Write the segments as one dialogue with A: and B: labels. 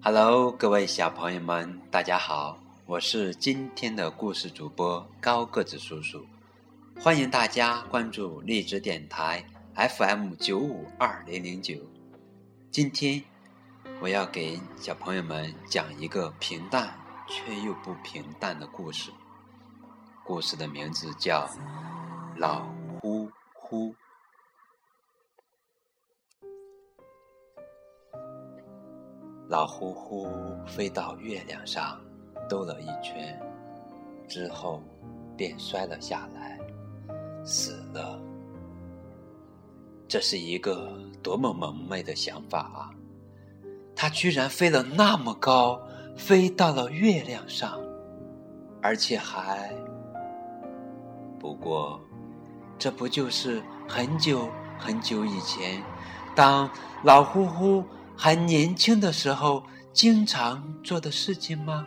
A: Hello， 各位小朋友们，大家好，我是今天的故事主播高个子叔叔，欢迎大家关注荔枝电台 FM9520009。今天我要给小朋友们讲一个平淡却又不平淡的故事，故事的名字叫老呼呼。老呼呼飞到月亮上兜了一圈，之后便摔了下来，死了。这是一个多么蒙昧的想法啊！它居然飞了那么高，飞到了月亮上，而且还……不过，这不就是很久很久以前，当老呼呼还年轻的时候经常做的事情吗？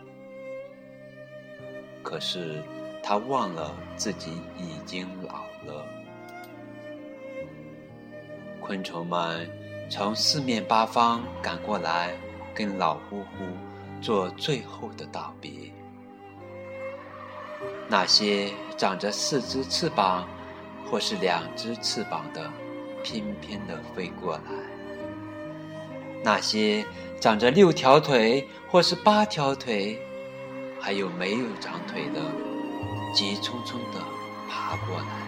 A: 可是他忘了自己已经老了。昆虫们从四面八方赶过来，跟老呼呼做最后的道别。那些长着4只翅膀或是2只翅膀的，翩翩地飞过来。那些长着6条腿或是8条腿，还有没有长腿的，急匆匆地爬过来。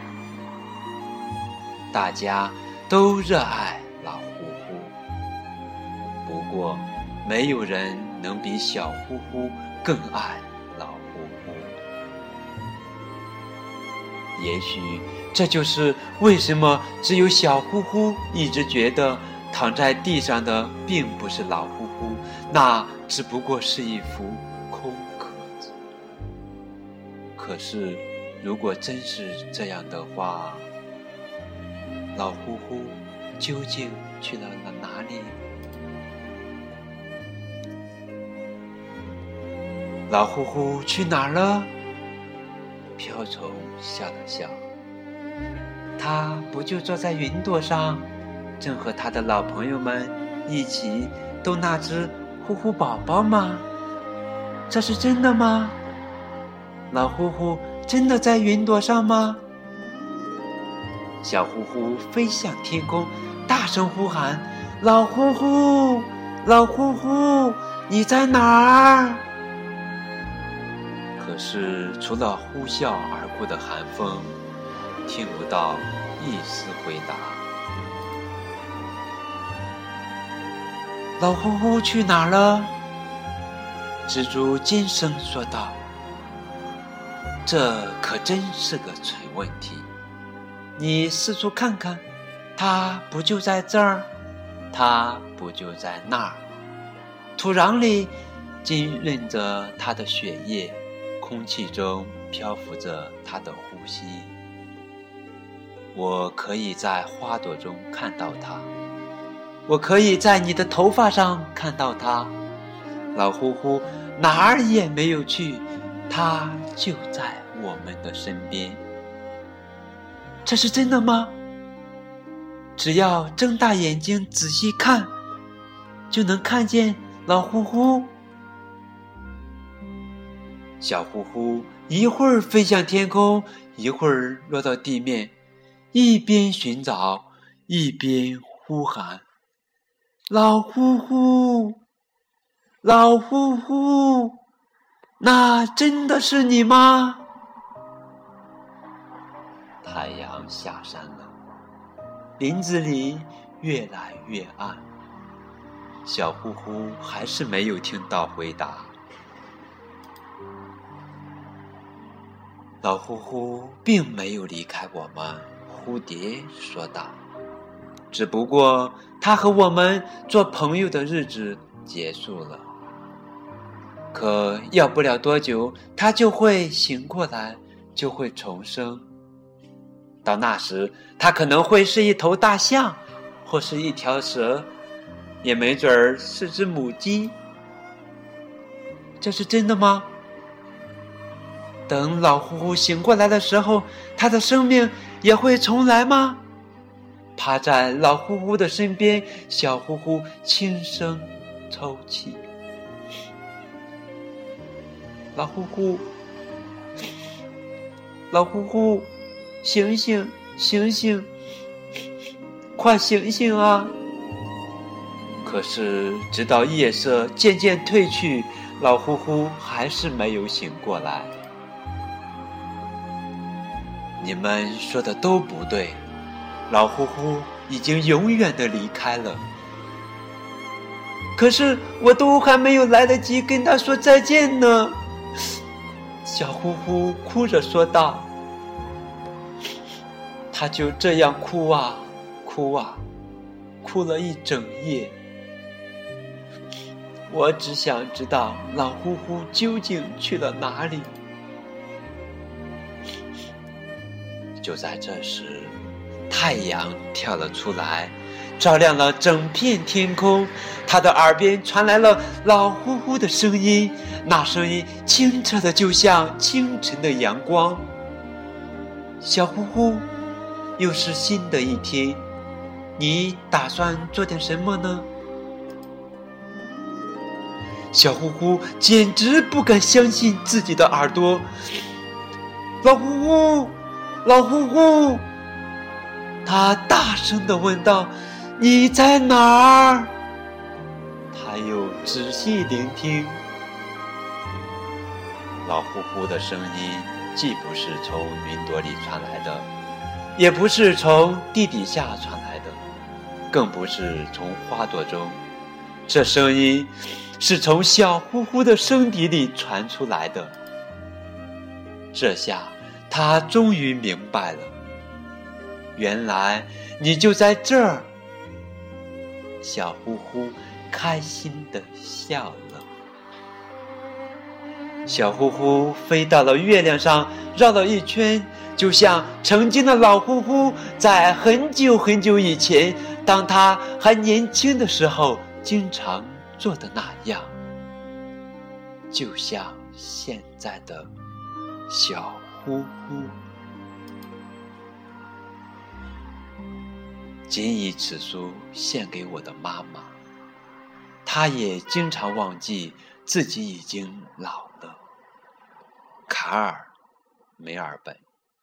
A: 大家都热爱老呼呼，不过没有人能比小呼呼更爱老呼呼。也许这就是为什么只有小呼呼一直觉得躺在地上的并不是老呼呼，那只不过是一副空壳子。可是如果真是这样的话，老呼呼究竟去了哪里？老呼呼去哪儿了？瓢虫笑了笑，他不就坐在云朵上，正和他的老朋友们一起逗那只呼呼宝宝吗？这是真的吗？老呼呼真的在云朵上吗？小呼呼飞向天空，大声呼喊：老呼呼，老呼呼，你在哪儿？可是除了呼啸而过的寒风，听不到一丝回答。老呼呼去哪儿了？蜘蛛尖声说道。这可真是个蠢问题。你四处看看，它不就在这儿，它不就在那儿。土壤里浸润着它的血液，空气中漂浮着它的呼吸。我可以在花朵中看到它，我可以在你的头发上看到它。老呼呼哪儿也没有去，它就在我们的身边。这是真的吗？只要睁大眼睛仔细看，就能看见老呼呼。小呼呼一会儿飞向天空，一会儿落到地面，一边寻找一边呼喊：老呼呼，老呼呼，那真的是你吗？太阳下山了，林子里越来越暗，小呼呼还是没有听到回答。老呼呼并没有离开我们，蝴蝶说道，只不过他和我们做朋友的日子结束了。可要不了多久，他就会醒过来，就会重生。到那时，他可能会是一头大象，或是一条蛇，也没准儿是只母鸡。这是真的吗？等老呼呼醒过来的时候，他的生命也会重来吗？趴在老呼呼的身边，小呼呼轻声抽泣。 老呼呼，老呼呼，醒醒，醒醒，快醒醒啊！可是直到夜色渐渐褪去，老呼呼还是没有醒过来。你们说的都不对，老呼呼已经永远的离开了。可是我都还没有来得及跟他说再见呢，小呼呼哭着说道。他就这样哭啊哭啊，哭了一整夜。我只想知道老呼呼究竟去了哪里。就在这时，太阳跳了出来，照亮了整片天空。他的耳边传来了老呼呼的声音，那声音清澈的就像清晨的阳光。小呼呼，又是新的一天，你打算做点什么呢？小呼呼简直不敢相信自己的耳朵。老呼呼，老呼呼，他大声地问道，你在哪儿？他又仔细聆听，老呼呼的声音既不是从云朵里传来的，也不是从地底下传来的，更不是从花朵中，这声音是从小呼呼的身体里传出来的。这下他终于明白了，原来你就在这儿。小呼呼开心地笑了。小呼呼飞到了月亮上，绕了一圈，就像曾经的老呼呼在很久很久以前，当他还年轻的时候经常做的那样，就像现在的小呼呼。谨以此书献给我的妈妈，她也经常忘记自己已经老了。卡尔·梅尔本。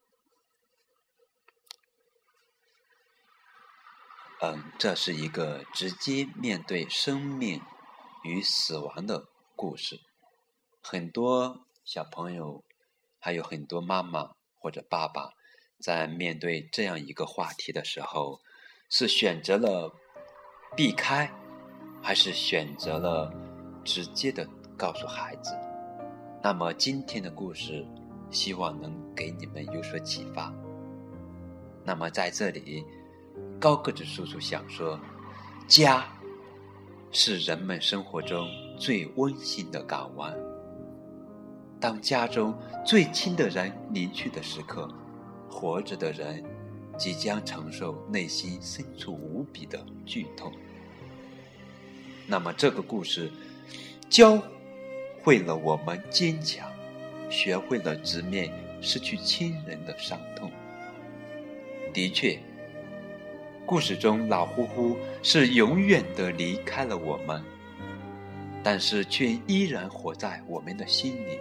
A: 这是一个直接面对生命与死亡的故事。很多小朋友，还有很多妈妈或者爸爸，在面对这样一个话题的时候，是选择了避开，还是选择了直接的告诉孩子？那么今天的故事希望能给你们有所启发。那么在这里，高个子叔叔想说，家是人们生活中最温馨的港湾。当家中最亲的人离去的时刻，活着的人即将承受内心深处无比的剧痛。那么这个故事教会了我们坚强，学会了直面失去亲人的伤痛。的确，故事中老呼呼是永远地离开了我们，但是却依然活在我们的心里。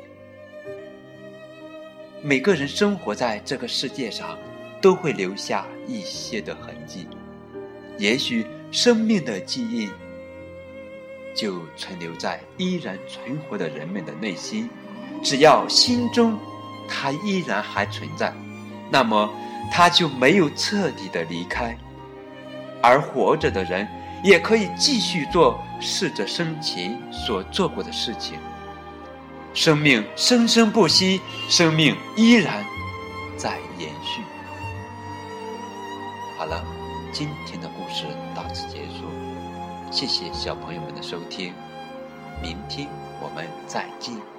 A: 每个人生活在这个世界上，都会留下一些的痕迹，也许生命的记忆就存留在依然存活的人们的内心。只要心中它依然还存在，那么它就没有彻底的离开。而活着的人也可以继续做逝者生前所做过的事情。生命生生不息，生命依然在延续。好了，今天的故事到此结束，谢谢小朋友们的收听，明天我们再见。